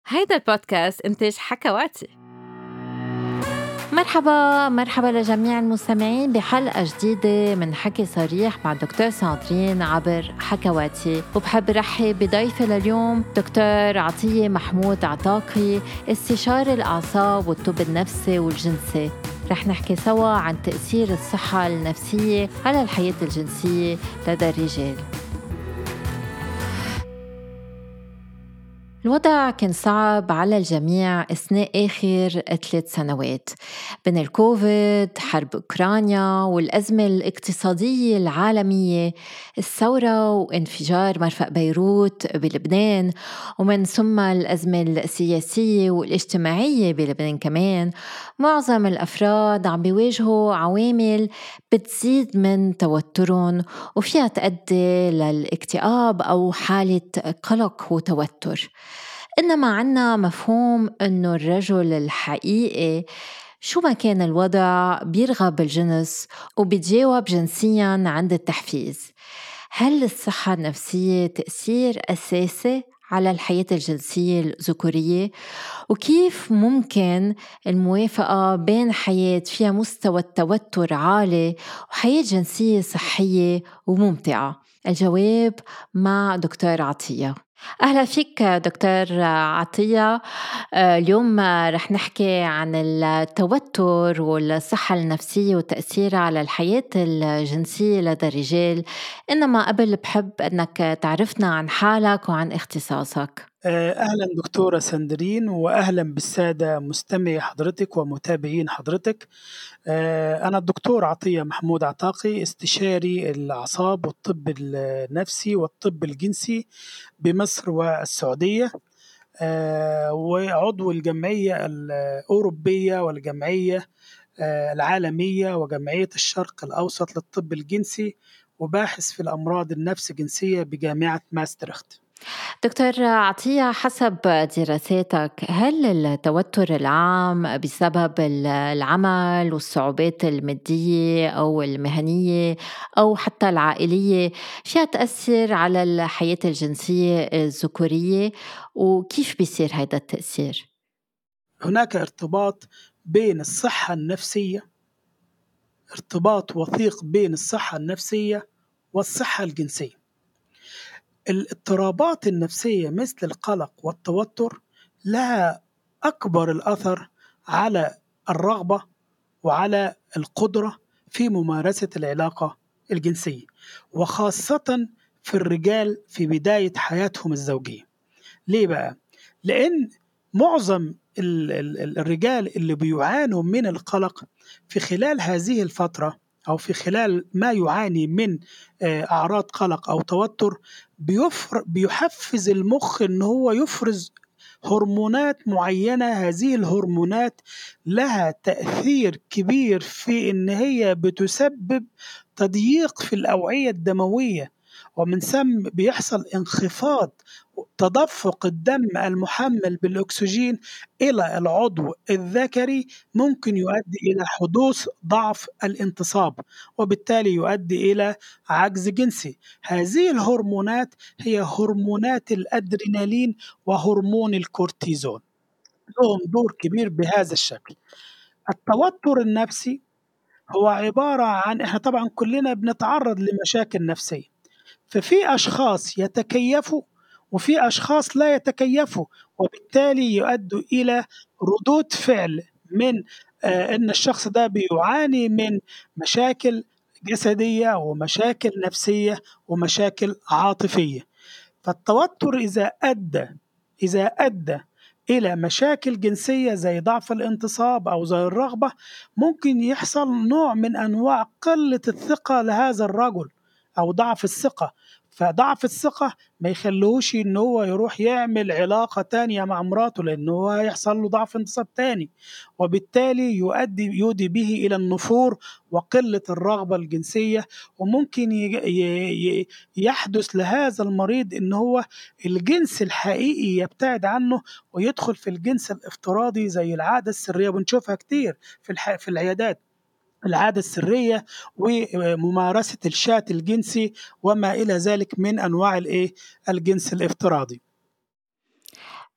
هيدا البودكاست إنتاج حكواتي. مرحبا لجميع المستمعين بحلقة جديدة من حكي صريح مع دكتور ساندرين عبر حكواتي. وبحب رحب بضيفي لليوم دكتور عطية محمود عطاقي، استشاري الأعصاب والطب النفسي والجنسي. رح نحكي سوا عن تأثير الصحة النفسية على الحياة الجنسية لدى الرجال. الوضع كان صعب على الجميع أثناء آخر 3 سنوات بين الكوفيد، حرب أوكرانيا والأزمة الاقتصادية العالمية، الثورة وانفجار مرفأ بيروت بلبنان، ومن ثم الأزمة السياسية والاجتماعية بلبنان كمان. معظم الأفراد عم بيواجهوا عوامل بتزيد من توترهم وفيها تؤدي للاكتئاب أو حالة قلق وتوتر. إنما عنا مفهوم إنه الرجل الحقيقي شو ما كان الوضع بيرغب بالجنس وبيتجاوب جنسياً عند التحفيز. هل الصحة النفسية تأثير أساسي على الحياة الجنسية الذكورية؟ وكيف ممكن الموافقة بين حياة فيها مستوى التوتر عالي وحياة جنسية صحية وممتعة؟ الجواب مع دكتور عطية. أهلا فيك دكتور عطية. اليوم رح نحكي عن التوتر والصحة النفسية وتأثيرها على الحياة الجنسية لدى الرجال. إنما قبل بحب أنك تعرفنا عن حالك وعن اختصاصك. أهلا دكتورة ساندرين، وأهلا بالسادة مستمعي حضرتك ومتابعين حضرتك. أنا الدكتور عطية محمود عطاقي، استشاري الأعصاب والطب النفسي والطب الجنسي بمصر والسعودية، وعضو الجمعية الأوروبية والجمعية العالمية وجمعية الشرق الأوسط للطب الجنسي، وباحث في الأمراض النفس جنسية بجامعة ماسترخت. دكتور عطية، حسب دراساتك هل التوتر العام بسبب العمل والصعوبات المادية أو المهنية أو حتى العائلية فيها تأثر على الحياة الجنسية الذكورية؟ وكيف بيصير هذا التأثير؟ هناك ارتباط بين الصحة النفسية، ارتباط وثيق بين الصحة النفسية والصحة الجنسية. الاضطرابات النفسية مثل القلق والتوتر لها أكبر الأثر على الرغبة وعلى القدرة في ممارسة العلاقة الجنسية، وخاصة في الرجال في بداية حياتهم الزوجية. ليه بقى؟ لأن معظم الرجال اللي بيعانوا من القلق في خلال هذه الفترة، أو في خلال ما يعاني من أعراض قلق أو توتر، بيحفز المخ إن هو يفرز هرمونات معينة. هذه الهرمونات لها تأثير كبير في إن هي بتسبب تضييق في الأوعية الدموية، ومن ثم بيحصل انخفاض تدفق الدم المحمل بالأكسجين إلى العضو الذكري، ممكن يؤدي إلى حدوث ضعف الانتصاب، وبالتالي يؤدي إلى عجز جنسي. هذه الهرمونات هي هرمونات الأدرينالين وهرمون الكورتيزون، لهم دور كبير بهذا الشكل. التوتر النفسي هو عبارة عن، احنا طبعا كلنا بنتعرض لمشاكل نفسية، ففي أشخاص يتكيفوا وفي أشخاص لا يتكيفوا، وبالتالي يؤدوا إلى ردود فعل من أن الشخص ده بيعاني من مشاكل جسدية ومشاكل نفسية ومشاكل عاطفية. فالتوتر إذا أدى إلى مشاكل جنسية زي ضعف الانتصاب أو زي الرغبة، ممكن يحصل نوع من أنواع قلة الثقة لهذا الرجل أو ضعف الثقة. فضعف الثقة ما يخلوش إن هو يروح يعمل علاقة تانية مع مراته، لأنه هو هيحصل له ضعف انتصاب تاني، وبالتالي يؤدي به إلى النفور وقلة الرغبة الجنسية. وممكن يحدث لهذا المريض إن هو الجنس الحقيقي يبتعد عنه ويدخل في الجنس الافتراضي زي العادة السرية، بنشوفها كتير في العيادات، العادة السرية وممارسة الشات الجنسي وما إلى ذلك من أنواع الجنس الافتراضي.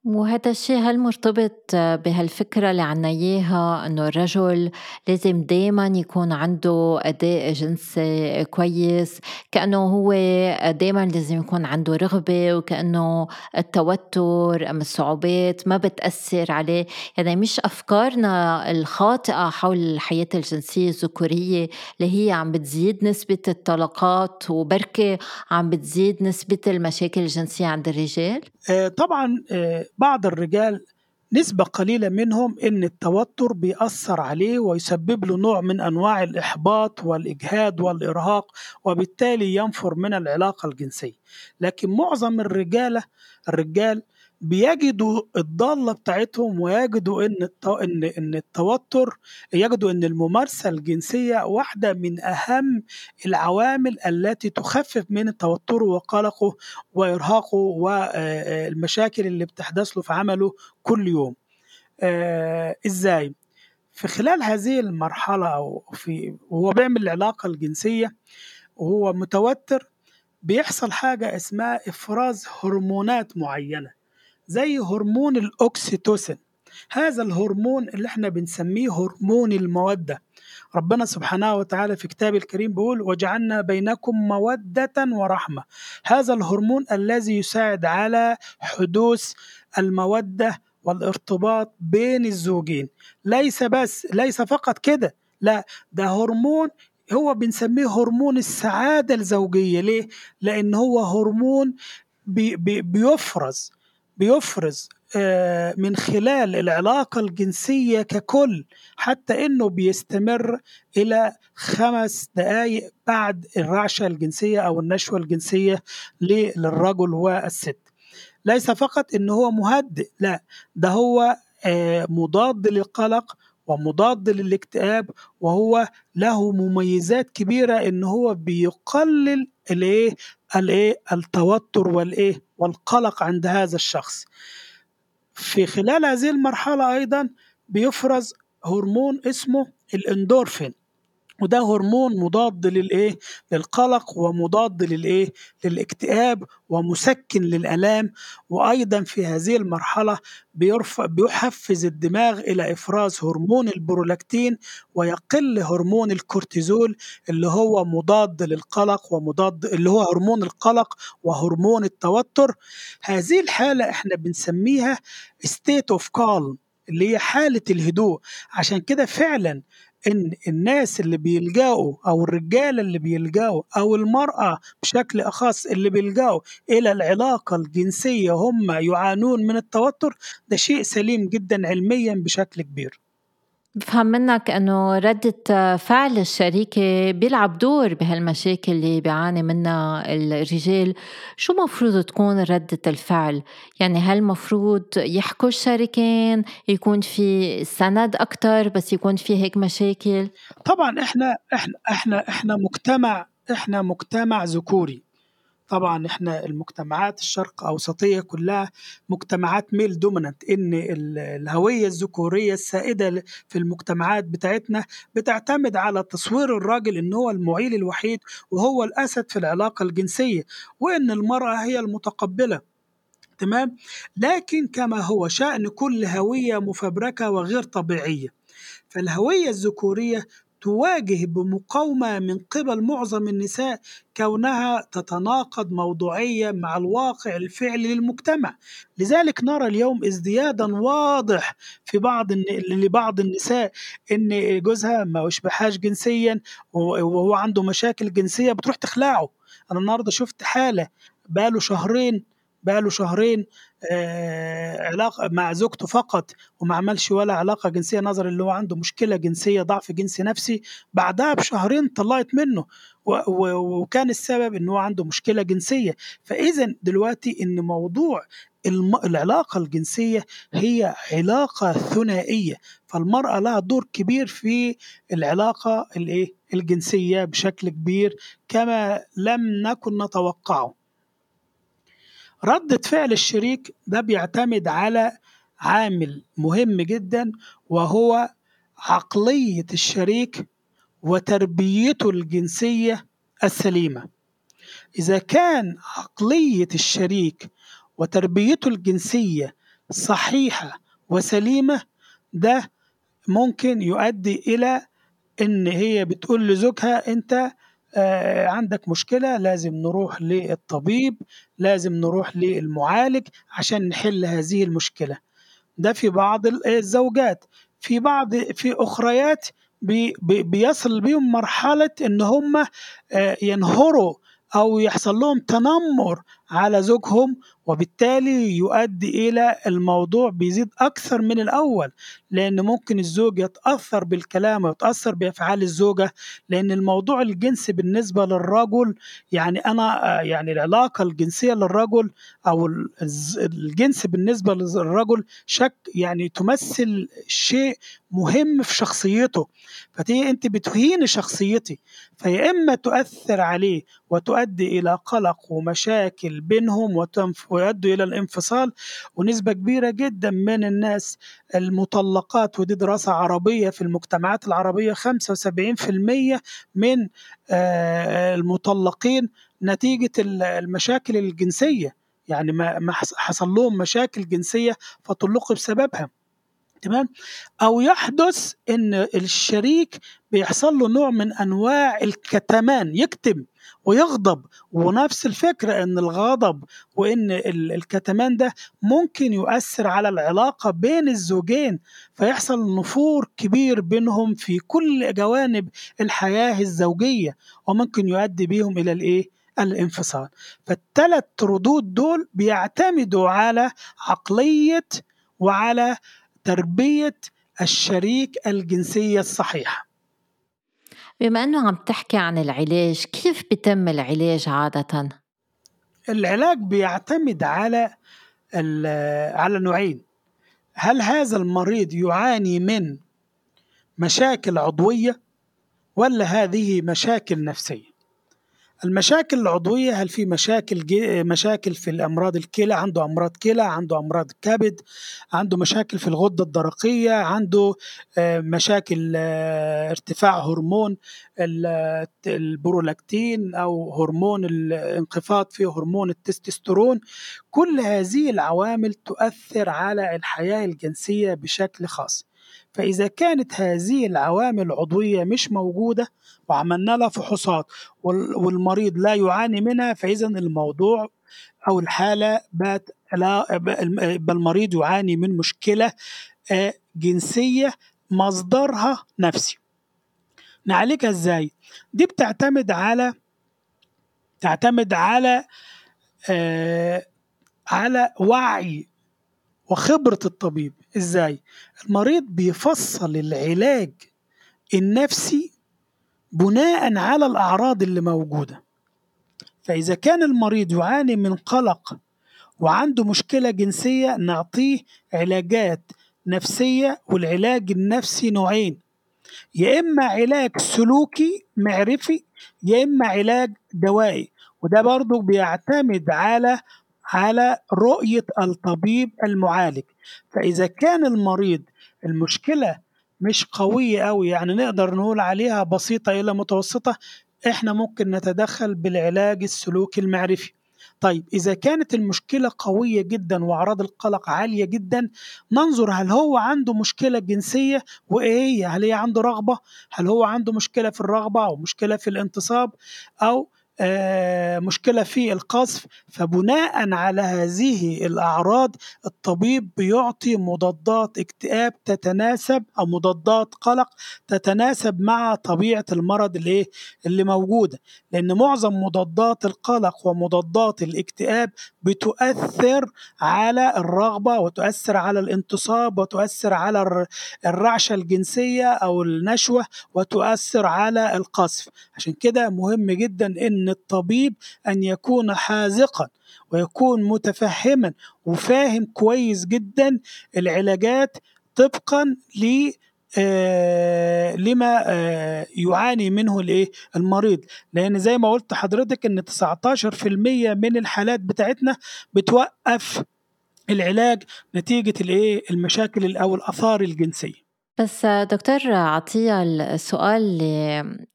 وهذا الشيء هل مرتبط بهالفكرة اللي عنا إياها إنه الرجل لازم دايما يكون عنده أداء جنسي كويس، كأنه هو دايما لازم يكون عنده رغبة، وكأنه التوتر أم الصعوبات ما بتأثر عليه؟ يعني مش أفكارنا الخاطئة حول الحياة الجنسية الذكورية اللي هي عم بتزيد نسبة الطلاقات وبركة عم بتزيد نسبة المشاكل الجنسية عند الرجال؟ طبعا بعض الرجال نسبة قليلة منهم إن التوتر بيأثر عليه ويسبب له نوع من أنواع الإحباط والإجهاد والإرهاق، وبالتالي ينفر من العلاقة الجنسية. لكن معظم الرجال بيجدوا الضالة بتاعتهم، ويجدوا إن التوتر، يجدوا إن الممارسة الجنسية واحدة من أهم العوامل التي تخفف من توتره وقلقه وإرهاقه والمشاكل اللي بتحدث له في عمله كل يوم. إزاي؟ في خلال هذه المرحلة أو وهو بيعمل العلاقة الجنسية وهو متوتر، بيحصل حاجة اسمها إفراز هرمونات معينة زي هرمون الأكسيتوسين. هذا الهرمون اللي احنا بنسميه هرمون المودة. ربنا سبحانه وتعالى في كتاب الكريم بيقول: وجعلنا بينكم مودة ورحمة. هذا الهرمون الذي يساعد على حدوث المودة والارتباط بين الزوجين. ليس فقط كده، لا، ده هرمون هو بنسميه هرمون السعادة الزوجية. ليه؟ لأن هو هرمون بيفرز من خلال العلاقة الجنسية ككل، حتى إنه بيستمر إلى 5 دقائق بعد الرعشة الجنسية أو النشوة الجنسية للرجل والست. ليس فقط إنه هو مهدئ، لا، ده هو مضاد للقلق ومضاد للاكتئاب، وهو له مميزات كبيرة إنه هو بيقلل التوتر والقلق عند هذا الشخص. في خلال هذه المرحلة أيضا بيفرز هرمون اسمه الإندورفين، وده هرمون مضاد للقلق ومضاد للاكتئاب ومسكن للآلام. وأيضا في هذه المرحلة بيحفز الدماغ إلى إفراز هرمون البرولاكتين، ويقل هرمون الكورتيزول اللي هو مضاد للقلق اللي هو هرمون القلق وهرمون التوتر. هذه الحالة احنا بنسميها state of calm، اللي هي حالة الهدوء. عشان كده فعلا إن الناس اللي بيلجأوا أو الرجال اللي بيلجأوا أو المرأة بشكل أخص اللي بيلجأوا إلى العلاقة الجنسية هم يعانون من التوتر، ده شيء سليم جدا علميا بشكل كبير. بفهم منك أنه ردة فعل الشريكة بيلعب دور بهالمشاكل اللي بيعاني منها الرجال. شو مفروض تكون ردة الفعل؟ يعني هل مفروض يحكوا الشريكين، يكون في سند أكتر بس يكون في هيك مشاكل؟ طبعا احنا مجتمع ذكوري. طبعا احنا المجتمعات الشرق أوسطية كلها مجتمعات ميل دومينانت، ان الهوية الذكورية السائدة في المجتمعات بتاعتنا بتعتمد على تصوير الراجل ان هو المعيل الوحيد وهو الأسد في العلاقة الجنسية، وان المرأة هي المتقبلة. تمام. لكن كما هو شأن كل هوية مفبركة وغير طبيعية، فالهوية الذكورية تواجه بمقاومة من قبل معظم النساء، كونها تتناقض موضوعيا مع الواقع الفعلي للمجتمع. لذلك نرى اليوم ازديادا واضح في لبعض النساء ان جوزها ما يشبههاش جنسيا وهو عنده مشاكل جنسية بتروح تخلعه. انا النهارده شفت حالة بقاله شهرين علاقة مع زوجته فقط، وما عملش ولا علاقة جنسية نظرا اللي هو عنده مشكلة جنسية، ضعف جنسي نفسي. بعدها بشهرين طلعت منه، وكان السبب انه عنده مشكلة جنسية. فإذا دلوقتي ان موضوع العلاقة الجنسية هي علاقة ثنائية، فالمرأة لها دور كبير في العلاقة الجنسية بشكل كبير كما لم نكن نتوقعه. ردة فعل الشريك ده بيعتمد على عامل مهم جدا، وهو عقلية الشريك وتربيته الجنسية السليمة. إذا كان عقلية الشريك وتربيته الجنسية صحيحة وسليمة، ده ممكن يؤدي إلى إن هي بتقول لزوجها أنت عندك مشكلة، لازم نروح للطبيب، لازم نروح للمعالج عشان نحل هذه المشكلة. ده في بعض الزوجات. في أخريات بيصل بيهم مرحلة إن هم ينهروا أو يحصل لهم تنمر على زوجهم، وبالتالي يؤدي إلى الموضوع بيزيد أكثر من الأول، لأن ممكن الزوج يتأثر بالكلام ويتأثر بأفعال الزوجة، لأن الموضوع الجنسي بالنسبة للرجل، يعني أنا يعني العلاقة الجنسية للرجل أو الجنس بالنسبة للرجل يعني تمثل شيء مهم في شخصيته. فتيجي انت بتهين شخصيتي، فيا اما تؤثر عليه وتؤدي الى قلق ومشاكل بينهم ويؤدي الى الانفصال. ونسبة كبيرة جدا من الناس المطلقات، ودي دراسة عربية في المجتمعات العربية، 75% من المطلقين نتيجة المشاكل الجنسية، يعني ما حصل لهم مشاكل جنسية فطلقوا بسببها. تمام. أو يحدث إن الشريك بيحصل له نوع من أنواع الكتمان، يكتم ويغضب، ونفس الفكرة إن الغضب وإن الكتمان ده ممكن يؤثر على العلاقة بين الزوجين، فيحصل نفور كبير بينهم في كل جوانب الحياة الزوجية، وممكن يؤدي بيهم إلى الانفصال. فالثلاث ردود دول بيعتمدوا على عقلية وعلى تربية الشريك الجنسية الصحيحة. بما أنه عم تحكي عن العلاج، كيف بيتم العلاج عادة؟ العلاج بيعتمد على نوعين. هل هذا المريض يعاني من مشاكل عضوية ولا هذه مشاكل نفسية؟ المشاكل العضوية، هل في مشاكل في الأمراض الكلى، عنده أمراض كلى، عنده أمراض كبد، عنده مشاكل في الغدة الدرقية، عنده مشاكل ارتفاع هرمون البرولاكتين أو هرمون الانخفاض في هرمون التستوستيرون. كل هذه العوامل تؤثر على الحياة الجنسية بشكل خاص. فإذا كانت هذه العوامل العضوية مش موجودة وعملنا لها فحوصات والمريض لا يعاني منها، فإذا الموضوع أو الحالة المريض يعاني من مشكلة جنسية مصدرها نفسي. نعالجها إزاي؟ دي تعتمد على وعي وخبرة الطبيب. إزاي؟ المريض بيفصل العلاج النفسي بناء على الأعراض اللي موجودة. فإذا كان المريض يعاني من قلق وعنده مشكلة جنسية، نعطيه علاجات نفسية، والعلاج النفسي نوعين: يا إما علاج سلوكي معرفي، يا إما علاج دوائي. وده برضو بيعتمد على رؤية الطبيب المعالج. فإذا كان المريض المشكلة مش قوية أوي، يعني نقدر نقول عليها بسيطة إلى متوسطة، إحنا ممكن نتدخل بالعلاج السلوكي المعرفي. طيب إذا كانت المشكلة قوية جدا وأعراض القلق عالية جدا، ننظر هل هو عنده مشكلة جنسية وإيه هي، هل هي عنده رغبة، هل هو عنده مشكلة في الرغبة أو مشكلة في الانتصاب أو مشكلة في القذف. فبناء على هذه الأعراض الطبيب بيعطي مضادات اكتئاب تتناسب أو مضادات قلق تتناسب مع طبيعة المرض اللي موجودة، لأن معظم مضادات القلق ومضادات الاكتئاب بتؤثر على الرغبة وتؤثر على الانتصاب وتؤثر على الرعشة الجنسية أو النشوة وتؤثر على القذف. عشان كده مهم جدا إن الطبيب أن يكون حاذقا ويكون متفهما وفاهم كويس جدا العلاجات طبقا لما يعاني منه المريض. لأن زي ما قلت حضرتك إن 19% من الحالات بتاعتنا بتوقف العلاج نتيجة المشاكل أو الآثار الجنسية. بس دكتور عطية، السؤال اللي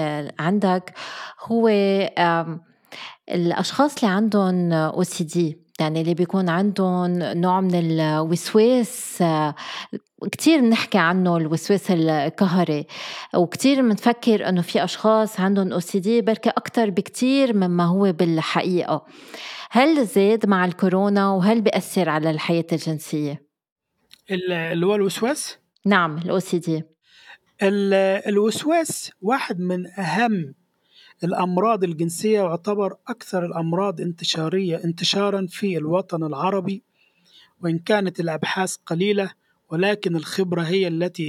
عندك هو الأشخاص اللي عندهم OCD يعني اللي بيكون عندهم نوع من الوسواس، كتير بنحكي عنه الوسواس القهري، وكتير بنفكر انه في اشخاص عندهم OCD بركة اكتر بكتير مما هو بالحقيقة. هل زاد مع الكورونا وهل بيأثر على الحياة الجنسية؟ اللي هو الوسواس. نعم، الOCD. الوسواس واحد من أهم الأمراض الجنسية، ويعتبر أكثر الأمراض انتشارا في الوطن العربي، وإن كانت الأبحاث قليلة ولكن الخبرة هي التي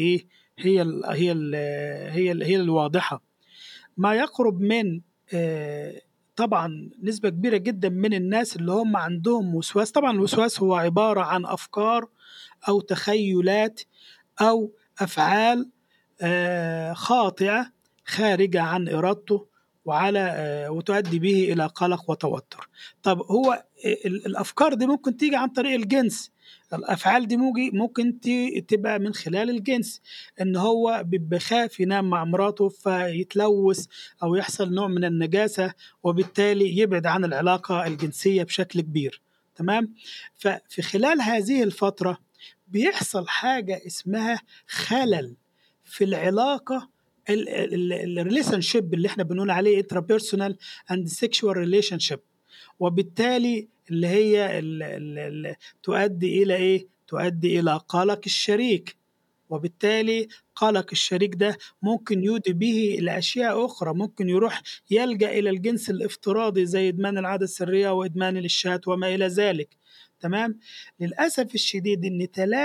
هي الواضحة. ما يقرب من طبعا نسبة كبيرة جدا من الناس اللي هم عندهم وسواس. طبعا الوسواس هو عبارة عن أفكار أو تخيلات أو أفعال خاطئة خارجة عن إرادته وتؤدي به إلى قلق وتوتر. طب هو الأفكار دي ممكن تيجي عن طريق الجنس، الأفعال دي ممكن تبقى من خلال الجنس، إن هو بيخاف ينام مع مراته فيتلوث أو يحصل نوع من النجاسة، وبالتالي يبعد عن العلاقة الجنسية بشكل كبير. تمام. ففي خلال هذه الفترة بيحصل حاجة اسمها خلل في العلاقة، الريليشن شيب اللي احنا بنقول عليه intrapersonal and sexual relationship، وبالتالي اللي هي تؤدي إلى إيه؟ تؤدي إلى قلق الشريك، وبالتالي قلق الشريك ده ممكن يؤدي به إلى أشياء أخرى، ممكن يروح يلجأ إلى الجنس الافتراضي زي إدمان العادة السرية وإدمان الشات وما إلى ذلك. تمام. للأسف الشديد إن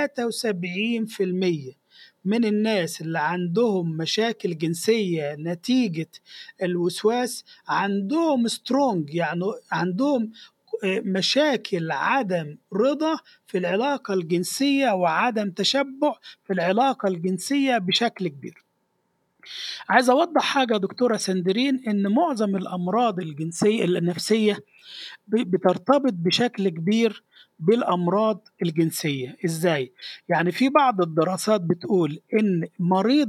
73% من الناس اللي عندهم مشاكل جنسية نتيجة الوسواس عندهم سترونج، يعني عندهم مشاكل عدم رضا في العلاقة الجنسية وعدم تشبع في العلاقة الجنسية بشكل كبير. عايز أوضح حاجة دكتورة سندرين، إن معظم الأمراض الجنسية النفسية بترتبط بشكل كبير بالأمراض الجنسية. إزاي؟ يعني في بعض الدراسات بتقول إن مريض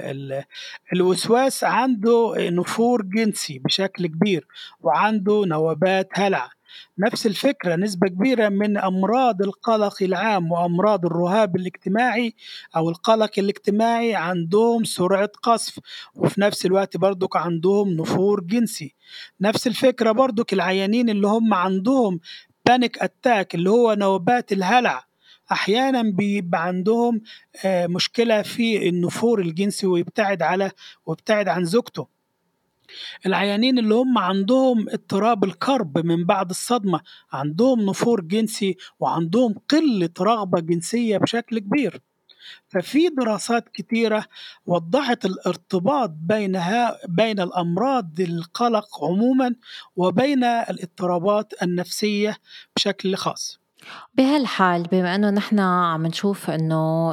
الوسواس عنده نفور جنسي بشكل كبير وعنده نوبات هلع. نفس الفكرة نسبة كبيرة من أمراض القلق العام وأمراض الرهاب الاجتماعي أو القلق الاجتماعي عندهم سرعة قذف، وفي نفس الوقت برضك عندهم نفور جنسي. نفس الفكرة برضك العيانين اللي هم عندهم بانيك أتاك اللي هو نوبات الهلع، أحيانا بيبقى عندهم مشكلة في النفور الجنسي ويبتعد عن زوجته. العيانين اللي هم عندهم اضطراب الكرب من بعد الصدمة عندهم نفور جنسي وعندهم قلة رغبة جنسية بشكل كبير. ففي دراسات كتيرة وضحت الارتباط بين الأمراض القلق عموما وبين الاضطرابات النفسية بشكل خاص. بهالحال بما أنه نحن عم نشوف أنه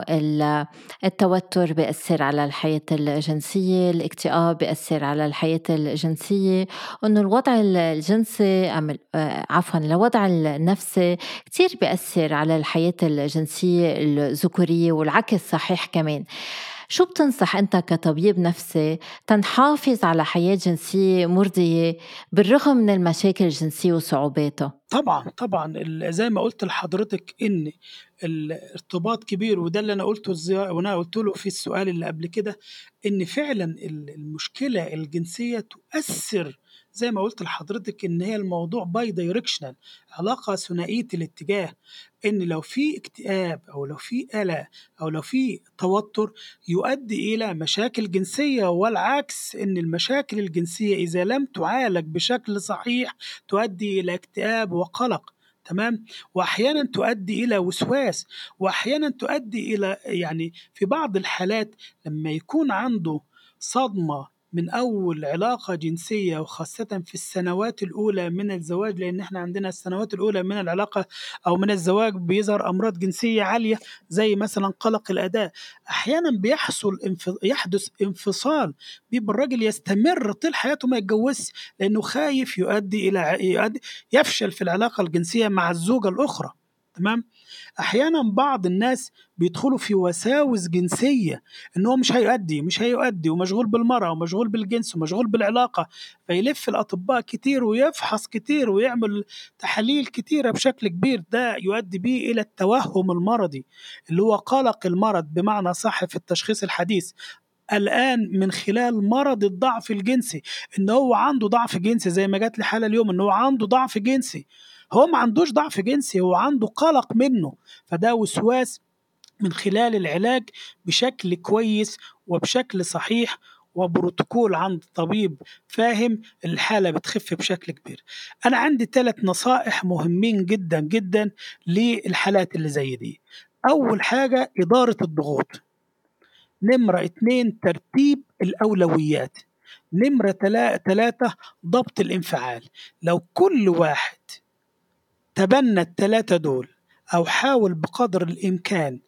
التوتر بيأثر على الحياة الجنسية، الاكتئاب بيأثر على الحياة الجنسية، أنه الوضع الجنسي عفوا الوضع النفسي كتير بيأثر على الحياة الجنسية الذكورية والعكس صحيح كمان. شو بتنصح أنت كطبيب نفسي تنحافظ على حياة جنسية مرضية بالرغم من المشاكل الجنسية وصعوباتها؟ طبعا زي ما قلت لحضرتك إن الارتباط كبير، وده اللي أنا قلته وأنا قلت له في السؤال اللي قبل كده، إن فعلا المشكلة الجنسية تؤثر زي ما قلت لحضرتك إن هي الموضوع باي دايركشنال، علاقة ثنائية الاتجاه، إن لو في اكتئاب أو لو في قلق أو لو في توتر يؤدي إلى مشاكل جنسية، والعكس إن المشاكل الجنسية إذا لم تعالج بشكل صحيح تؤدي إلى اكتئاب وقلق. تمام. وأحيانا تؤدي إلى وسواس، وأحيانا تؤدي إلى يعني في بعض الحالات لما يكون عنده صدمة من أول علاقة جنسية، وخاصة في السنوات الأولى من الزواج، لأن إحنا عندنا السنوات الأولى من العلاقة أو من الزواج بيظهر أمراض جنسية عالية زي مثلا قلق الأداء. أحيانا يحدث انفصال، بيبقى الراجل يستمر طول حياته ما يتجوزش لأنه خايف يفشل في العلاقة الجنسية مع الزوجة الأخرى. تمام. أحيانا بعض الناس بيدخلوا في وساوس جنسية إن هو مش هيؤدي ومشغول بالمرأة ومشغول بالجنس ومشغول بالعلاقة، فيلف الأطباء كتير ويفحص كتير ويعمل تحاليل كتيرة بشكل كبير، ده يؤدي به إلى التوهم المرضي اللي هو قلق المرض بمعنى صح في التشخيص الحديث الآن من خلال مرض الضعف الجنسي، إن هو عنده ضعف جنسي. زي ما جات لي حالة اليوم إن هو عنده ضعف جنسي، هو ما عندوش ضعف جنسي، هو عنده قلق منه، فده وسواس. من خلال العلاج بشكل كويس وبشكل صحيح وبروتوكول عند طبيب فاهم، الحالة بتخف بشكل كبير. أنا عندي 3 نصائح مهمين جدا جدا للحالات اللي زي دي. أول حاجة إدارة الضغوط. نمرة 2 ترتيب الأولويات. نمرة 3 ضبط الانفعال. لو كل واحد تبنى ال3 دول أو حاول بقدر الإمكان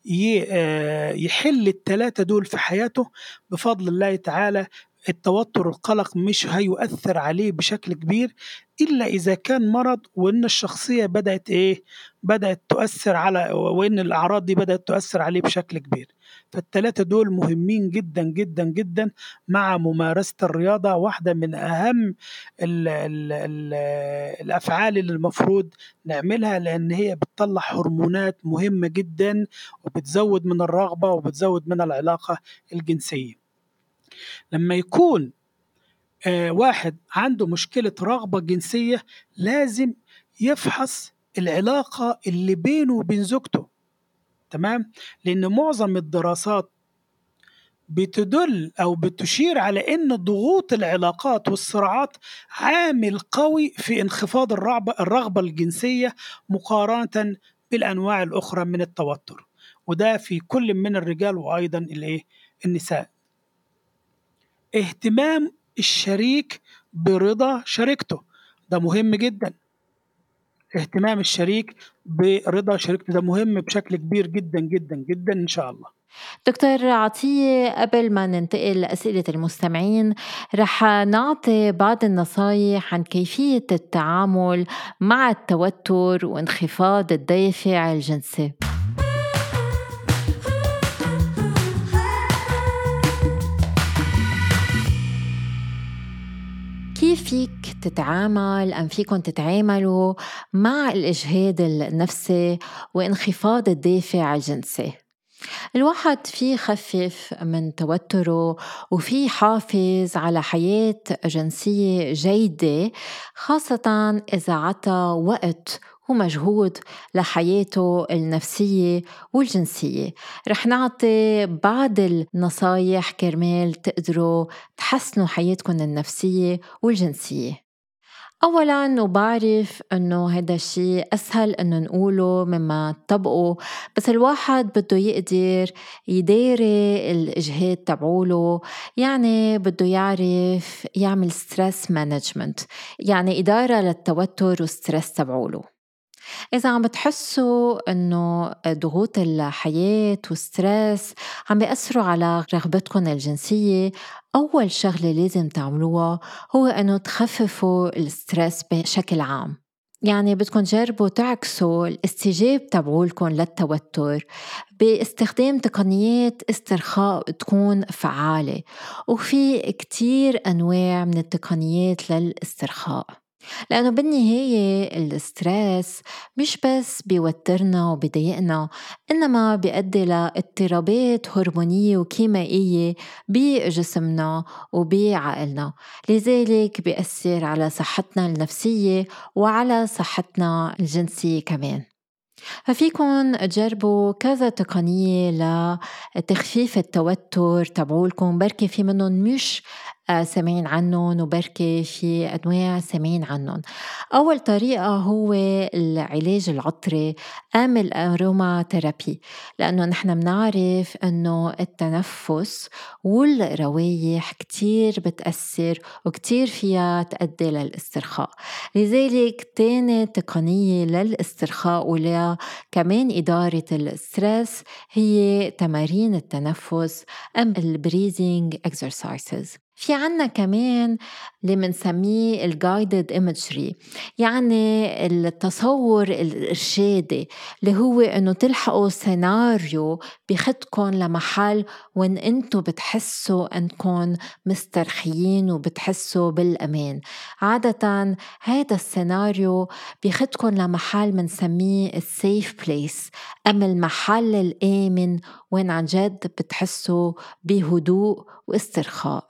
يحل ال3 دول في حياته، بفضل الله تعالى التوتر والقلق مش هيؤثر عليه بشكل كبير، إلا إذا كان مرض وإن الشخصية بدأت تؤثر على، وإن الأعراض دي بدأت تؤثر عليه بشكل كبير. فال3 دول مهمين جدا جدا جدا، مع ممارسة الرياضة واحدة من أهم ال الأفعال اللي المفروض نعملها، لأن هي بتطلع هرمونات مهمة جدا وبتزود من الرغبة وبتزود من العلاقة الجنسية. لما يكون واحد عنده مشكلة رغبة جنسية لازم يفحص العلاقة اللي بينه وبين زوجته، تمام؟ لأن معظم الدراسات بتدل أو بتشير على أن ضغوط العلاقات والصراعات عامل قوي في انخفاض الرغبة الجنسية مقارنة بالأنواع الأخرى من التوتر، وده في كل من الرجال وأيضا النساء. اهتمام الشريك برضا شريكته ده مهم جدا. اهتمام الشريك برضا شريكته ده مهم بشكل كبير جدا جدا جدا إن شاء الله. دكتور عطية، قبل ما ننتقل لأسئلة المستمعين رح نعطي بعض النصايح عن كيفية التعامل مع التوتر وانخفاض الدافع الجنسي. كيف فيك تتعامل أم فيكم تتعاملوا مع الإجهاد النفسي وانخفاض الدافع الجنسي؟ الواحد فيه يخفف من توتره وفيه يحافظ على حياة جنسية جيدة، خاصة إذا عطى وقت ومجهود لحياته النفسية والجنسية. رح نعطي بعض النصايح كرمال تقدروا تحسنوا حياتكم النفسية والجنسية. أولاً، وبعرف إنه هيدا الشيء أسهل إنه نقوله مما تطبقه، بس الواحد بده يقدر يداري الإجهاد تبعوله، يعني بده يعرف يعمل ستريس مانجمنت، يعني إدارة للتوتر والستريس تبعوله. إذا عم بتحسوا إنه ضغوط الحياة والستريس عم بيأثروا على رغبتكم الجنسية، أول شغلة لازم تعملوها هو إنه تخففوا الستريس بشكل عام. يعني بدكم تجربوا تعكسوا الاستجابة تبعولكم للتوتر باستخدام تقنيات استرخاء تكون فعالة، وفي كتير أنواع من التقنيات للاسترخاء، لأنه بالنهاية الستريس مش بس بيوترنا وبيضايقنا، إنما بيؤدي لاضطرابات هرمونية وكيميائية بجسمنا وبعقلنا، لذلك بيأثر على صحتنا النفسية وعلى صحتنا الجنسية كمان. ففيكن تجربوا كذا تقنية لتخفيف التوتر تبعولكم، بركي في منهم مش سامعين عنهم وبركي في أنواع سامعين عنهم. أول طريقة هو العلاج العطري أم الأروما ثيرابي، لأنه نحن منعرف أنه التنفس والروايح كتير بتأثر وكتير فيها تؤدي للاسترخاء. لذلك تاني تقنية للاسترخاء ولا كمان إدارة الستريس هي تمارين التنفس أم البريزنج exercises. في عنا كمان اللي منسميه الجايدد imagery، يعني التصور الإرشادي، اللي هو إنه تلحقوا سيناريو بيخدكن لمحل وين انتو بتحسوا انكم مسترخيين وبتحسوا بالأمان. عادة هذا السيناريو بيخدكن لمحل منسميه السيف بليس، أم المحل الآمن وين عن جد بتحسوا بهدوء واسترخاء.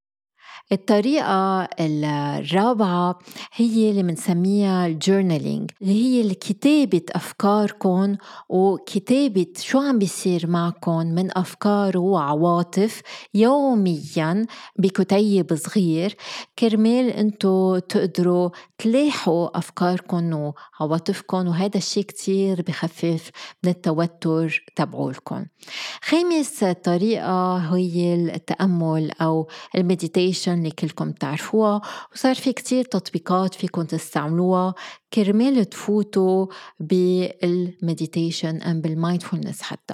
الطريقة الرابعة هي اللي منسميها الجورنالينج، اللي هي كتابة أفكاركم وكتابة شو عم بيصير معكم من أفكار وعواطف يومياً بكتيب صغير، كرمال أنتو تقدروا تلاحوا أفكاركم وعواطفكم، وهذا الشيء كتير بخفف من التوتر تبعولكم. خامس طريقة هي التأمل أو المديتيشن اللي كلكم تعرفوها، وصار في كتير تطبيقات فيكم تستعملوها كرمال تفوتوا بالمديتيشن أم بالمايندفولنس حتى.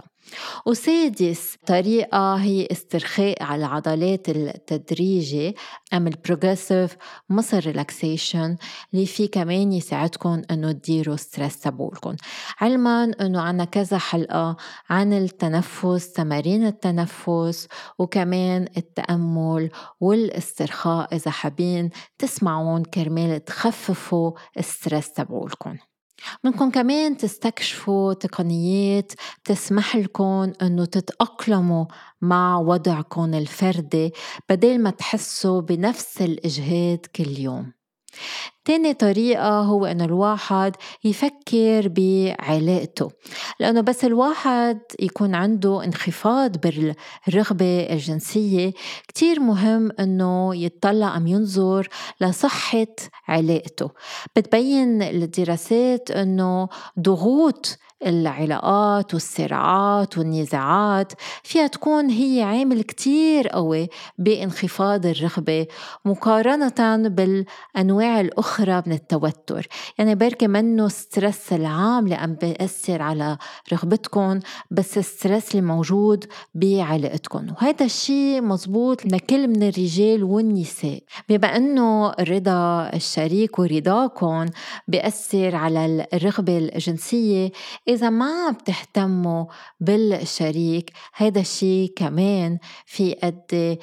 وسادس طريقة هي استرخاء على العضلات التدريجي أم البروغريسيف muscle relaxation، اللي فيه كمان يساعدكم أنه تديروا ستريس تبعولكم. علما أنه عنا كذا حلقة عن التنفس، تمارين التنفس، وكمان التأمل والاسترخاء إذا حابين تسمعون كرمال تخففوا ستريس تبعولكم. منكم كمان تستكشفوا تقنيات تسمح لكم أنه تتأقلموا مع وضعكم الفردي بدل ما تحسوا بنفس الإجهاد كل يوم. تاني طريقة هو أن الواحد يفكر بعلاقته، لأنه بس الواحد يكون عنده انخفاض بالرغبة الجنسية كتير مهم أنه يتطلع أم ينظر لصحة علاقته. بتبين الدراسات أنه ضغوط العلاقات والصراعات والنزاعات فيها تكون هي عامل كتير قوي بانخفاض الرغبة مقارنة بالأنواع الأخرى من التوتر. يعني بركي منه سترس العام اللي عم بيأثر على رغبتكم، بس السترس اللي موجود بعلاقتكم، وهذا الشيء مزبوط لكل من الرجال والنساء. بما أنه رضا الشريك ورضاكم بيأثر على الرغبة الجنسية، إذا ما عم تهتموا بالشريك هذا الشيء كمان في يؤدي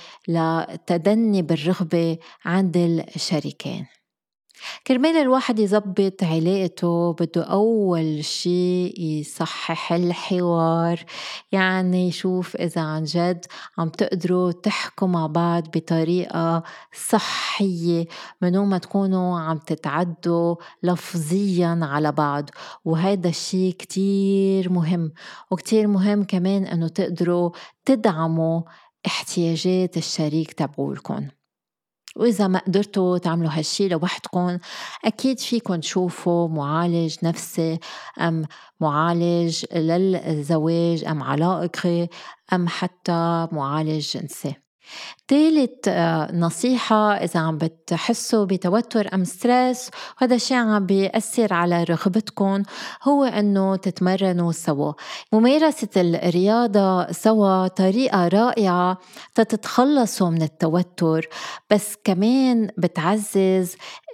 لتدني بالرغبة عند الشريكين. كرمال الواحد يزبط علاقته بده أول شيء يصحح الحوار، يعني يشوف إذا عن جد عم تقدروا تحكوا مع بعض بطريقة صحية من ما تكونوا عم تتعدوا لفظيا على بعض. وهذا الشيء كتير مهم، وكتير مهم كمان أنه تقدروا تدعموا احتياجات الشريك تبعولكم. وإذا ما قدرتوا تعملوا هالشي لوحدكم، أكيد فيكم تشوفوا معالج نفسي أم معالج للزواج أم علاقة أم حتى معالج جنسي. ثالث نصيحة إذا عم بتحسوا بتوتر أم ستريس وهذا الشيء عم بيأثر على رغبتكم، هو أنه تتمرنوا سوا. ممارسة الرياضة سوا طريقة رائعة تتخلصوا من التوتر، بس كمان بتعزز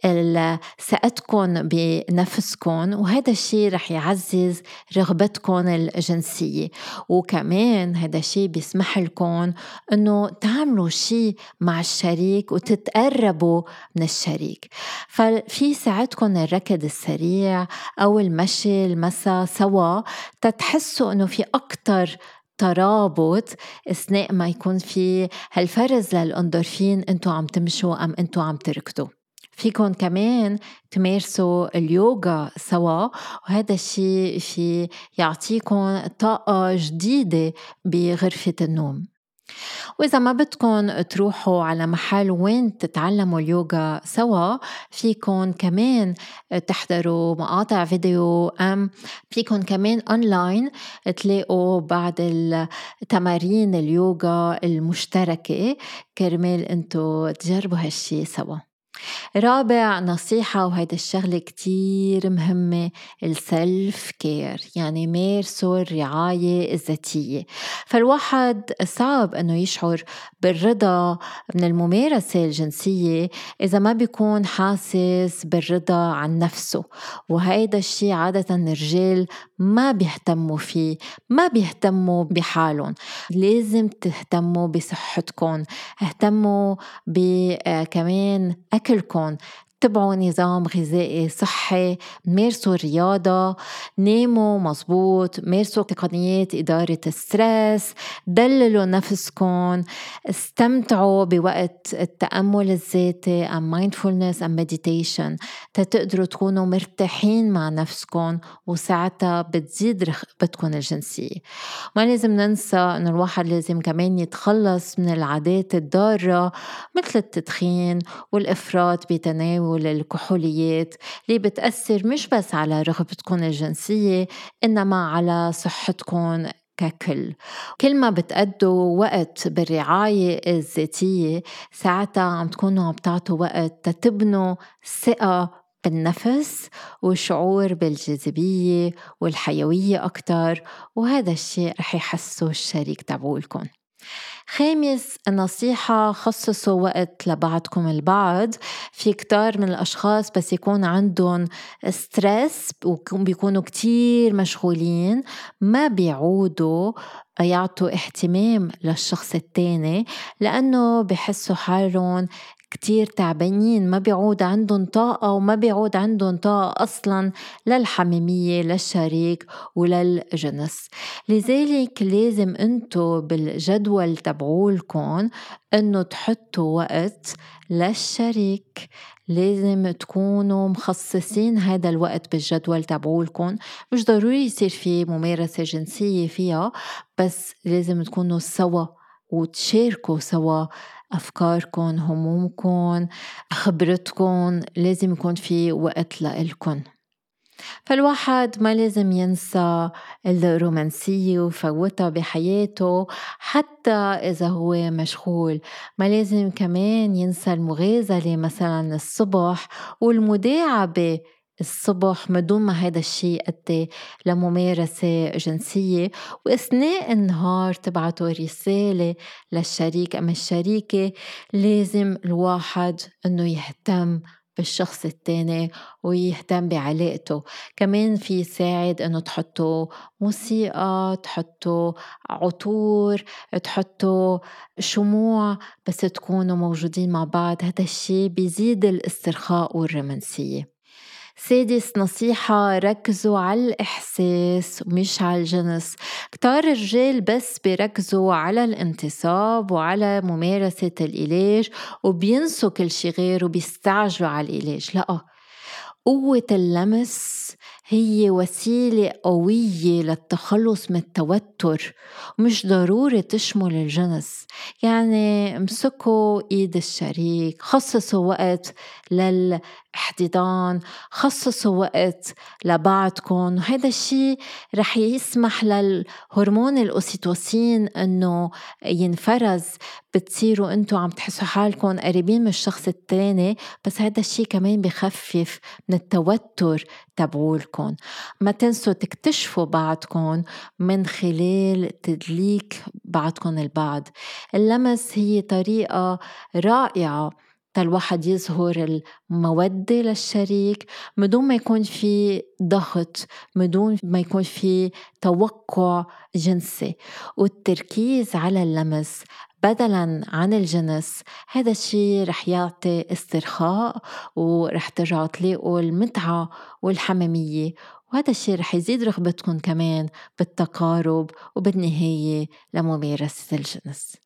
ثقتكم بنفسكم، وهذا الشيء رح يعزز رغبتكم الجنسية. وكمان هذا الشيء بيسمح لكم أنه تعملوا شيء مع الشريك وتتقربوا من الشريك. ففي ساعتكم الركض السريع أو المشي المساء سوا تتحسوا أنه في أكتر ترابط أثناء ما يكون في هالفرز للأندورفين أنتوا عم تمشوا أم أنتوا عم تركضوا. فيكن كمان تمارسوا اليوغا سوا، وهذا الشيء في يعطيكم طاقة جديدة بغرفة النوم. وإذا ما بدكن تروحوا على محل وين تتعلموا اليوغا سوا، فيكن كمان تحضروا مقاطع فيديو أم فيكن كمان أونلاين تلاقوا بعض التمارين اليوغا المشتركة كرمال أنتوا تجربوا هالشي سوا. رابع نصيحة، وهيدا الشغلة كتير مهمة، السلف كير، يعني مارسوا الرعاية الذاتية. فالواحد صعب أنه يشعر بالرضا من الممارسة الجنسية إذا ما بيكون حاسس بالرضا عن نفسه، وهيدا الشي عادة الرجال ما بيهتموا فيه، ما بيهتموا بحالهم. لازم تهتموا بصحتكم، اهتموا كمان أكلكم، اتبعوا نظام غذائي صحي، مارسوا الرياضة، ناموا مزبوط، مارسوا تقنيات إدارة الستريس، دللوا نفسكم، استمتعوا بوقت التأمل الذاتي and mindfulness and meditation تقدروا تكونوا مرتاحين مع نفسكم، وساعتها بتزيد رغبتكم الجنسية. ما لازم ننسى أن الواحد لازم كمان يتخلص من العادات الضارة مثل التدخين والإفراط بتناول الكحوليات اللي بتأثر مش بس على رغبتكم الجنسية إنما على صحتكم ككل. كل ما بتقضوا وقت بالرعاية الذاتية ساعتها عم تكونوا عم تعطوا وقت تتبنوا ثقة بالنفس وشعور بالجاذبية والحيوية أكتر، وهذا الشيء رح يحسوا الشريك تبعولكم. خامس نصيحة، خصصوا وقت لبعضكم البعض. في كتار من الأشخاص بس يكون عندهم ستريس وبيكونوا كتير مشغولين ما بيعودوا يعطوا اهتمام للشخص التاني لأنه بيحسوا حالهم كتير تعبانين، ما بيعود عندهم طاقة وما بيعود عندهم طاقة أصلاً للحميمية للشريك وللجنس. لذلك لازم أنتو بالجدول تبعولكم أنه تحطوا وقت للشريك، لازم تكونوا مخصصين هذا الوقت بالجدول تبعولكم. مش ضروري يصير في ممارسة جنسية فيها، بس لازم تكونوا سوا وتشاركوا سوا أفكاركم، همومكم، خبرتكم، لازم يكون في وقت لإلكم. فالواحد ما لازم ينسى الرومانسية وفوتها بحياته حتى إذا هو مشغول. ما لازم كمان ينسى المغازلة مثلا الصبح والمداعبة الصبح بدون ما هذا الشيء أدي لممارسة جنسية، وأثناء النهار تبعتوا رسالة للشريك أم الشريكة. لازم الواحد أنه يهتم بالشخص التاني ويهتم بعلاقته. كمان في يساعد أنه تحطوا موسيقى، تحطوا عطور، تحطوا شموع، بس تكونوا موجودين مع بعض. هذا الشيء بيزيد الاسترخاء والرومانسية. سادس نصيحة، ركزوا على الإحساس مش على الجنس. كتار الرجال بس بيركزوا على الانتصاب وعلى ممارسة العلاج وبينسوا كل شي غير وبيستعجلوا على العلاج. لأ، قوة اللمس هي وسيلة قوية للتخلص من التوتر، مش ضروري تشمل الجنس. يعني امسكوا ايد الشريك، خصصوا وقت للاحتضان، خصصوا وقت لبعضكم. هذا الشيء رح يسمح للهرمون الأوسيتوسين انه ينفرز، بتصيروا انتوا عم تحسوا حالكم قريبين من الشخص التاني، بس هذا الشيء كمان بخفف من التوتر تبعولكم. ما تنسوا تكتشفوا بعضكم من خلال تدليك بعضكم البعض. اللمس هي طريقة رائعة الواحد يظهر المودة للشريك بدون ما يكون في ضغط، بدون ما يكون في توقع جنسي. والتركيز على اللمس بدلاً عن الجنس، هذا الشيء رح يعطي استرخاء ورح ترجعوا تلاقوا المتعة والحميمية، وهذا الشيء رح يزيد رغبتكم كمان بالتقارب وبالنهاية لممارسة الجنس.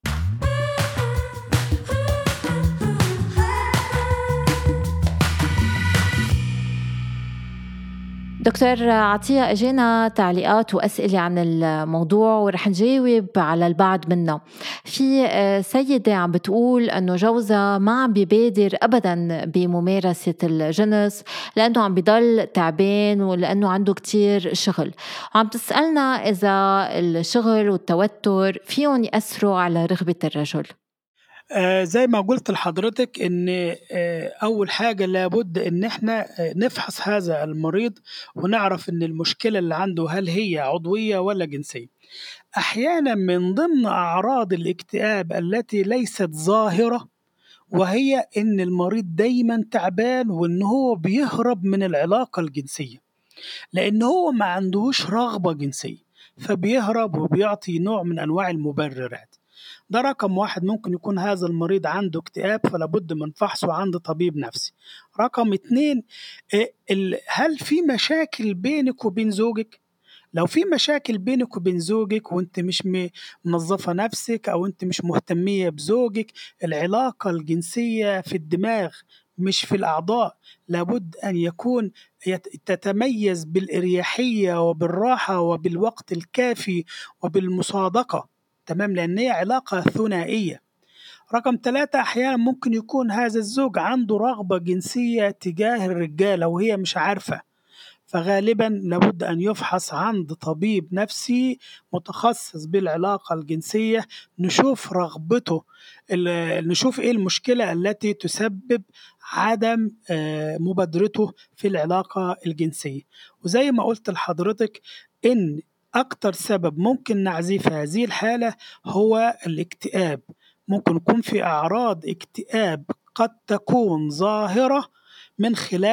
دكتور عطية، اجينا تعليقات وأسئلة عن الموضوع ورح نجاوب على البعض منها. في سيدة عم بتقول أنه جوزها ما عم بيبادر أبدا بممارسة الجنس لأنه عم بيضل تعبان ولأنه عنده كتير شغل. عم تسألنا إذا الشغل والتوتر فيهم يأثروا على رغبة الرجل. زي ما قلت لحضرتك إن أول حاجة لابد إن إحنا نفحص هذا المريض ونعرف إن المشكلة اللي عنده هل هي عضوية ولا جنسية. أحيانا من ضمن أعراض الاكتئاب التي ليست ظاهرة وهي إن المريض دايما تعبان وإن هو بيهرب من العلاقة الجنسية، لأن هو ما عندهوش رغبة جنسية فبيهرب وبيعطي نوع من أنواع المبررات. ده رقم واحد، ممكن يكون هذا المريض عنده اكتئاب فلا بد من فحصه عند طبيب نفسي. رقم اتنين، هل في مشاكل بينك وبين زوجك؟ لو في مشاكل بينك وبين زوجك وانت مش منظفة نفسك او انت مش مهتمية بزوجك، العلاقة الجنسية في الدماغ مش في الأعضاء، لابد أن يكون تتميز بالإريحية وبالراحة وبالوقت الكافي وبالمصادقة، تمام، لأن هي علاقة ثنائية. رقم ثلاثة، أحيانا ممكن يكون هذا الزوج عنده رغبة جنسية تجاه الرجالة وهي مش عارفة، فغالبا لابد أن يفحص عند طبيب نفسي متخصص بالعلاقة الجنسية، نشوف رغبته، نشوف إيه المشكلة التي تسبب عدم مبادرته في العلاقة الجنسية. وزي ما قلت لحضرتك إن أكتر سبب ممكن نعزيه في هذه الحالة هو الاكتئاب. ممكن يكون في أعراض اكتئاب قد تكون ظاهرة من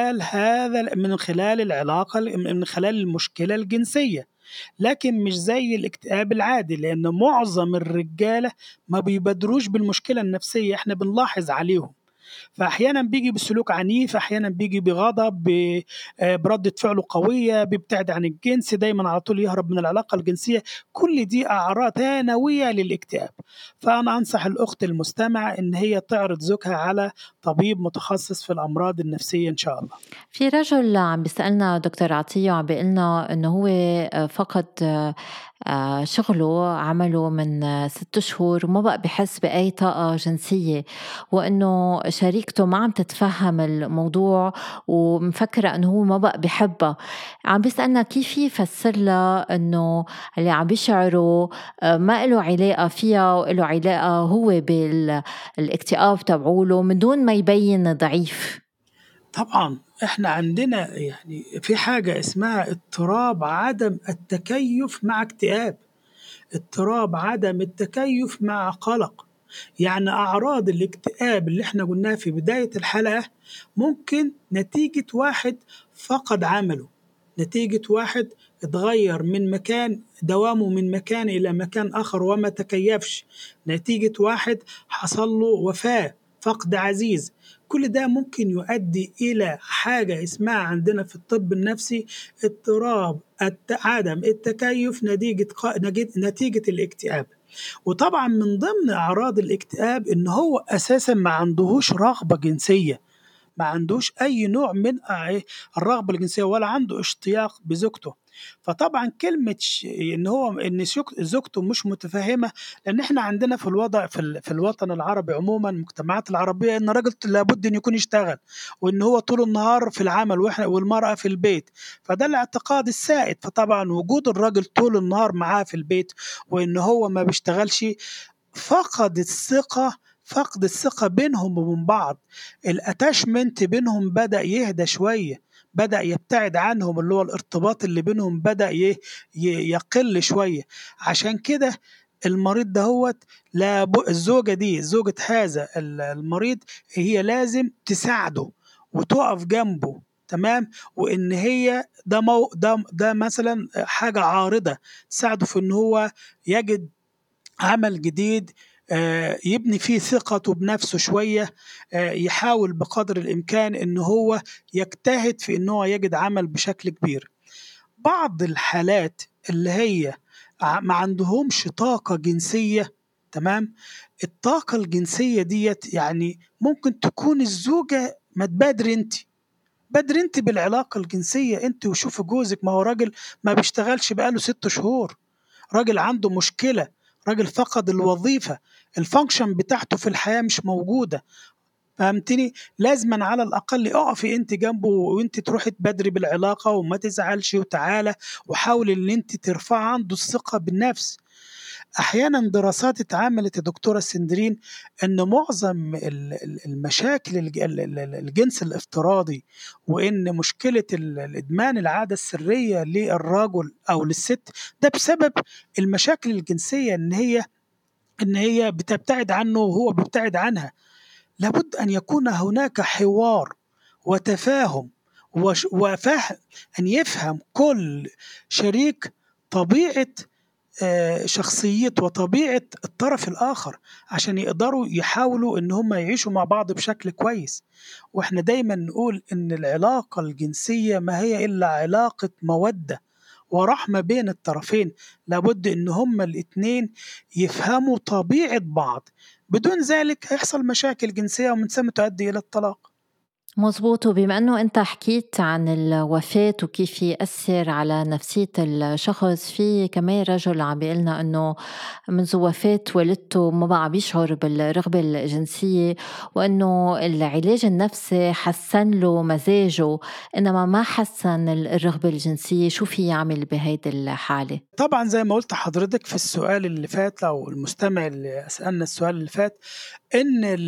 خلال العلاقة، من خلال المشكلة الجنسية، لكن مش زي الاكتئاب العادي، لأن معظم الرجالة ما بيبادروش بالمشكلة النفسية، احنا بنلاحظ عليهم، فأحيانا بيجي بسلوك عنيف، أحيانا بيجي بغضب، بردة فعله قوية، بيبتعد عن الجنس، دايما على طول يهرب من العلاقة الجنسية. كل دي أعراض ثانوية للاكتئاب. فأنا أنصح الأخت المستمع إن هي تعرض زوجها على طبيب متخصص في الأمراض النفسية إن شاء الله. في رجل عم بيسألنا دكتور عطية وعم بيقلنا إنه هو فقد شغله عمله من 6 شهور وما بقى بحس بأي طاقة جنسية، وإنه شريكته ما عم تتفهم الموضوع ومفكرة إنه هو ما بقى بحبها. عم بيسألنا كيف يفسر لها إنه اللي عم بيشعره ما له علاقة فيها وله علاقة هو بالاكتئاب تبعوله من دون ما يبين ضعيف. طبعا احنا عندنا يعني في حاجة اسمها اضطراب عدم التكيف مع اكتئاب، اضطراب عدم التكيف مع قلق. يعني أعراض الاكتئاب اللي احنا قلناها في بداية الحلقة ممكن نتيجة واحد فقد عمله، نتيجة واحد اتغير من مكان دوامه من مكان إلى مكان آخر وما تكيفش، نتيجة واحد حصل له وفاة، فقد عزيز. كل ده ممكن يؤدي إلى حاجة اسمها عندنا في الطب النفسي اضطراب عدم التكيف نتيجة الاكتئاب. وطبعا من ضمن أعراض الاكتئاب إن هو أساسا ما عندهوش رغبة جنسية، ما عندوش أي نوع من الرغبة الجنسية ولا عنده اشتياق بزوجته. فطبعا كلمة إن زوجته مش متفهمة، لأن إحنا عندنا في الوضع في الوطن العربي عموما، المجتمعات العربية، إن الراجل لابد إن يكون يشتغل وإن هو طول النهار في العمل والمرأة في البيت، فده الاعتقاد السائد. فطبعا وجود الراجل طول النهار معاه في البيت وإن هو ما بيشتغلش فقد الثقة بينهم وبين بعض، الاتاشمنت بينهم بدأ يهدى شوية، بدأ يبتعد عنهم، اللي هو الارتباط اللي بينهم بدأ يقل شوية. عشان كده المريض دهوت الزوجة دي، زوجة هذا المريض، هي لازم تساعده وتقف جنبه، تمام، وإن هي ده مثلا حاجة عارضة تساعده في إن هو يجد عمل جديد يبني فيه ثقته بنفسه شوية، يحاول بقدر الإمكان إن هو يجتهد في إن هو يجد عمل بشكل كبير. بعض الحالات اللي هي ما عندهمش طاقة جنسية، تمام، الطاقة الجنسية ديت يعني ممكن تكون الزوجة ما بدر انت بالعلاقة الجنسية انت وشوف جوزك، ما هو راجل ما بيشتغلش بقاله 6 شهور، راجل عنده مشكلة، راجل فقد الوظيفة، الفانكشن بتاعته في الحياة مش موجودة، فهمتني؟ لازما على الأقل اقفي أنت جنبه وأنت تروحي تبادري بالعلاقة وما تزعلش وتعالى، وحاولي إن أنت ترفع عنده الثقة بالنفس. أحيانا دراسات اتعملت يا دكتورة سندرين أن معظم المشاكل الجنس الافتراضي، وأن مشكلة الإدمان العادة السرية للرجل أو للست ده بسبب المشاكل الجنسية، إن هي بتبتعد عنه وهو بيبتعد عنها. لابد أن يكون هناك حوار وتفاهم وفهم، أن يفهم كل شريك طبيعة شخصيته وطبيعة الطرف الآخر عشان يقدروا يحاولوا إن هم يعيشوا مع بعض بشكل كويس. وإحنا دايما نقول إن العلاقة الجنسية ما هي إلا علاقة مودة ورحمة بين الطرفين، لابد إن هم الاتنين يفهموا طبيعة بعض، بدون ذلك هيحصل مشاكل جنسية ومن ثم تؤدي إلى الطلاق. مظبوط. وبما أنه أنت حكيت عن الوفاة وكيف يأثر على نفسية الشخص، في كمان رجل عم بيقلنا أنه منذ وفاة والدته ما بقى بيشعر بالرغبة الجنسية، وأنه العلاج النفسي حسن له مزاجه إنما ما حسن الرغبة الجنسية. شو في يعمل بهيدي الحالة؟ طبعا زي ما قلت حضرتك في السؤال اللي فات أو المستمع اللي سألنا السؤال اللي فات، إن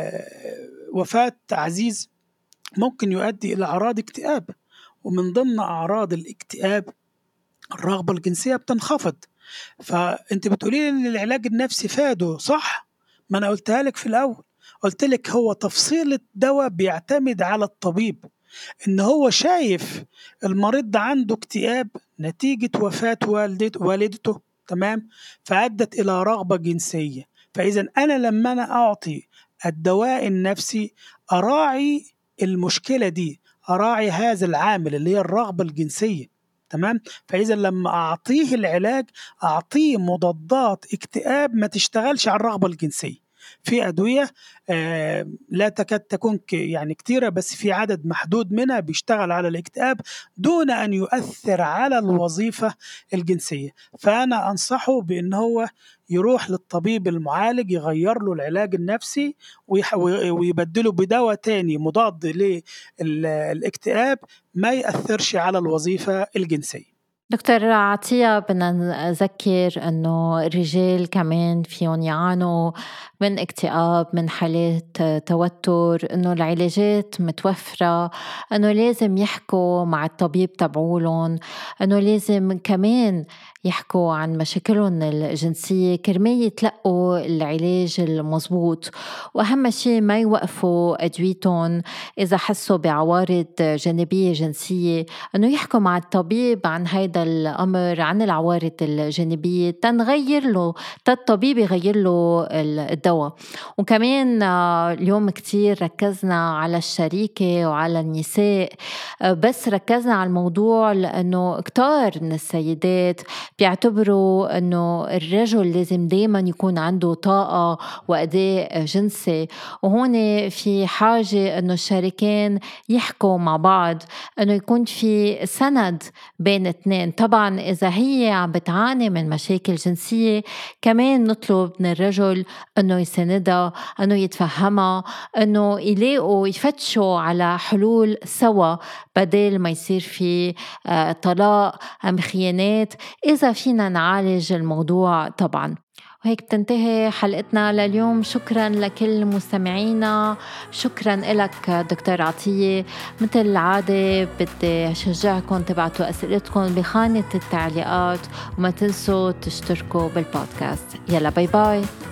وفاة عزيز ممكن يؤدي إلى أعراض اكتئاب، ومن ضمن أعراض الاكتئاب الرغبة الجنسية بتنخفض. فأنت بتقولي إن العلاج النفسي فاده، صح؟ ما أنا قلتها لك في الأول، قلت لك هو تفصيل الدواء بيعتمد على الطبيب، إن هو شايف المريض ده عنده اكتئاب نتيجة وفاة والدته، تمام؟ فأدت إلى رغبة جنسية. فإذا أنا لما أنا أعطي الدواء النفسي أراعي المشكلة دي، أراعي هذا العامل اللي هي الرغبة الجنسية، تمام؟ فإذا لما أعطيه العلاج أعطيه مضادات اكتئاب ما تشتغلش على الرغبة الجنسية. في أدوية لا تكاد تكون يعني كتيرة، بس في عدد محدود منها بيشتغل على الاكتئاب دون أن يؤثر على الوظيفة الجنسية. فأنا أنصحه بأن هو يروح للطبيب المعالج يغير له العلاج النفسي ويبدله بدواء تاني مضاد للاكتئاب ما يأثرش على الوظيفة الجنسية. دكتور عطية، بدنا نذكر أنه الرجال كمان فيهم يعانوا من اكتئاب، من حالات توتر، أنه العلاجات متوفرة، أنه لازم يحكوا مع الطبيب تبعولهم، أنه لازم كمان يحكوا عن مشاكلهم الجنسية كرمال يتلقوا العلاج المضبوط. وأهم شيء ما يوقفوا أدويتهم إذا حسوا بعوارض جانبية جنسية، أنه يحكوا مع الطبيب عن هيدا الأمر، عن العوارض الجانبية، الطبيب يغير له الدواء. وكمان اليوم كتير ركزنا على الشريكة وعلى النساء، بس ركزنا على الموضوع لأنه كتار من السيدات بيعتبروا أنه الرجل لازم دايما يكون عنده طاقة وأداء جنسي، وهون في حاجة أنه الشريكين يحكوا مع بعض، أنه يكون في سند بين اثنين. طبعا إذا هي عم بتعاني من مشاكل جنسية كمان نطلب من الرجل أنه يساندها، أنه يتفهمها، أنه يلاقوا يفتشوا على حلول سوا بدل ما يصير في طلاق أم خيانات، إذا فينا نعالج الموضوع طبعا. وهيك بتنتهي حلقتنا لليوم. شكرا لكل مستمعينا، شكرا لك دكتور عطية. مثل العادة بدي أشجعكم تبعتوا أسئلتكم بخانة التعليقات، وما تنسوا تشتركوا بالبودكاست. يلا باي باي.